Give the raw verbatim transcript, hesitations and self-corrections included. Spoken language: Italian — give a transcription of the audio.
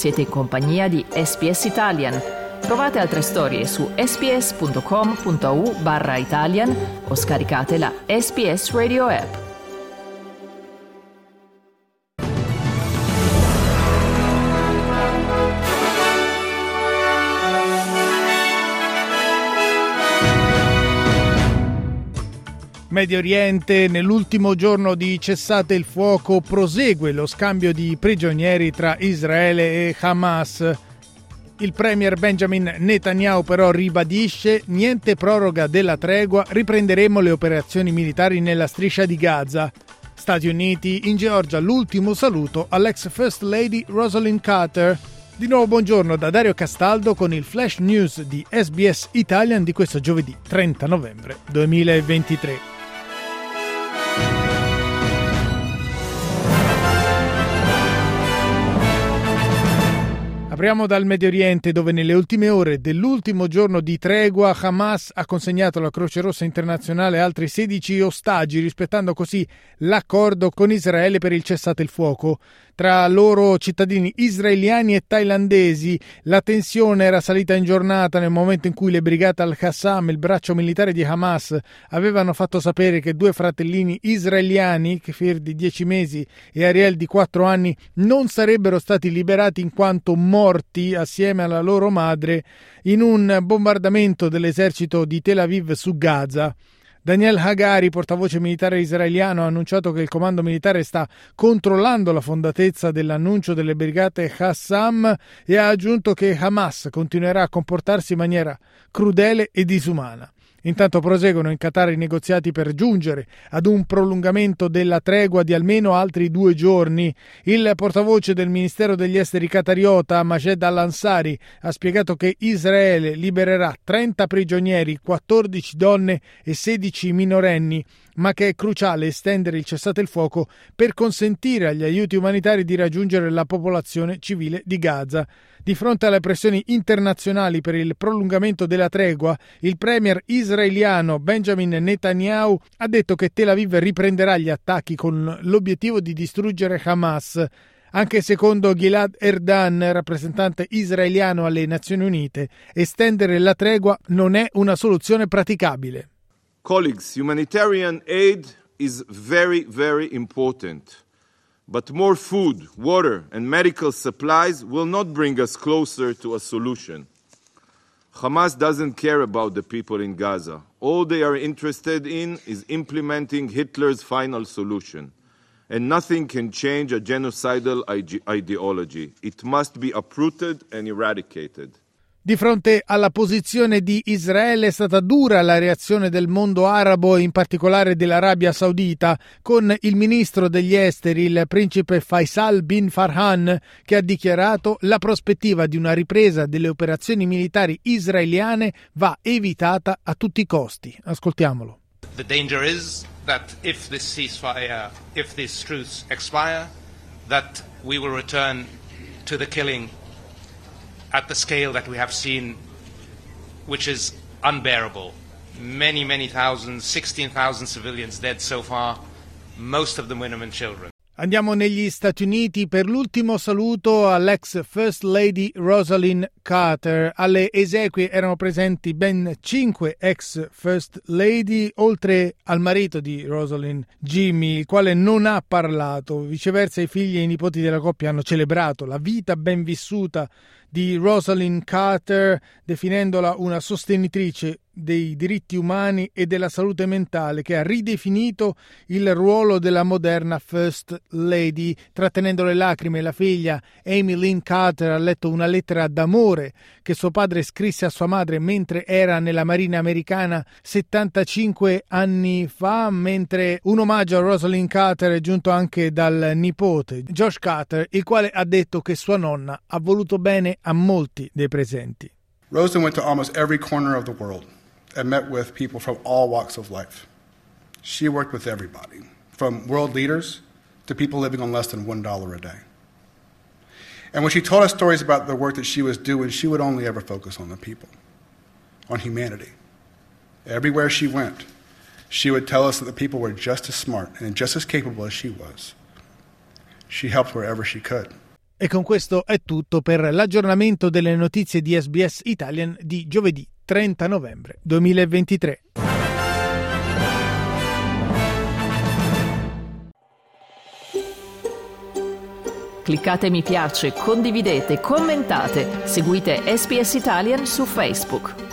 Siete in compagnia di S B S Italian. Trovate altre storie su sbs.com.au barra Italian o scaricate la S B S Radio app. Medio Oriente, nell'ultimo giorno di cessate il fuoco prosegue lo scambio di prigionieri tra Israele e Hamas. Il premier Benjamin Netanyahu però ribadisce: niente proroga della tregua, riprenderemo le operazioni militari nella striscia di Gaza. Stati Uniti, in Georgia l'ultimo saluto all'ex First Lady Rosalynn Carter. Di nuovo buongiorno da Dario Castaldo con il Flash News di S B S Italian di questo giovedì trenta novembre duemilaventitré. Apriamo dal Medio Oriente, dove nelle ultime ore dell'ultimo giorno di tregua Hamas ha consegnato alla Croce Rossa Internazionale altri sedici ostaggi, rispettando così l'accordo con Israele per il cessate il fuoco. Tra loro cittadini israeliani e thailandesi. La tensione era salita in giornata nel momento in cui le brigate al-Qassam, il braccio militare di Hamas, avevano fatto sapere che due fratellini israeliani, Kefir di dieci mesi e Ariel di quattro anni, non sarebbero stati liberati in quanto morti assieme alla loro madre in un bombardamento dell'esercito di Tel Aviv su Gaza. Daniel Hagari, portavoce militare israeliano, ha annunciato che il comando militare sta controllando la fondatezza dell'annuncio delle brigate Qassam e ha aggiunto che Hamas continuerà a comportarsi in maniera crudele e disumana. Intanto proseguono in Qatar i negoziati per giungere ad un prolungamento della tregua di almeno altri due giorni. Il portavoce del Ministero degli Esteri qatariota, Majed Al-Ansari, ha spiegato che Israele libererà trenta prigionieri, quattordici donne e sedici minorenni, ma che è cruciale estendere il cessate il fuoco per consentire agli aiuti umanitari di raggiungere la popolazione civile di Gaza. Di fronte alle pressioni internazionali per il prolungamento della tregua, il premier israeliano Benjamin Netanyahu ha detto che Tel Aviv riprenderà gli attacchi con l'obiettivo di distruggere Hamas. Anche secondo Gilad Erdan, rappresentante israeliano alle Nazioni Unite, estendere la tregua non è una soluzione praticabile. Colleagues, humanitarian aid is very, very important. But more food, water, and medical supplies will not bring us closer to a solution. Hamas doesn't care about the people in Gaza. All they are interested in is implementing Hitler's final solution. And nothing can change a genocidal ideology. It must be uprooted and eradicated. Di fronte alla posizione di Israele è stata dura la reazione del mondo arabo, in particolare dell'Arabia Saudita, con il ministro degli esteri, il principe Faisal bin Farhan, che ha dichiarato: la prospettiva di una ripresa delle operazioni militari israeliane va evitata a tutti i costi. Ascoltiamolo. The danger is that if this ceasefire, if these truces expire, that we will return to the killing at the scale that we have seen, which is unbearable. Many, many thousands, sixteen thousand civilians dead so far, most of them women and children. Andiamo negli Stati Uniti per l'ultimo saluto all'ex First Lady Rosalynn Carter. Alle esequie erano presenti ben cinque ex First Lady, oltre al marito di Rosalynn, Jimmy, il quale non ha parlato. Viceversa, i figli e i nipoti della coppia hanno celebrato la vita ben vissuta di Rosalynn Carter, definendola una sostenitrice dei diritti umani e della salute mentale, che ha ridefinito il ruolo della moderna First Lady. Trattenendo le lacrime, la figlia Amy Lynn Carter ha letto una lettera d'amore che suo padre scrisse a sua madre mentre era nella Marina americana settantacinque anni fa, mentre un omaggio a Rosalynn Carter è giunto anche dal nipote Josh Carter, il quale ha detto che sua nonna ha voluto bene a molti dei presenti. Rosalynn went to almost every corner of the world and met with people from all walks of life. She worked with everybody, from world leaders to people living on less than one dollar a day. And when she told us stories about the work that she was doing, she would only ever focus on the people, on humanity. Everywhere she went, she would tell us that the people were just as smart and just as capable as she was. She helped wherever she could. E con questo è tutto per l'aggiornamento delle notizie di S B S Italian di giovedì trenta novembre duemilaventitré. Cliccate mi piace, condividete, commentate, seguite S B S Italian su Facebook.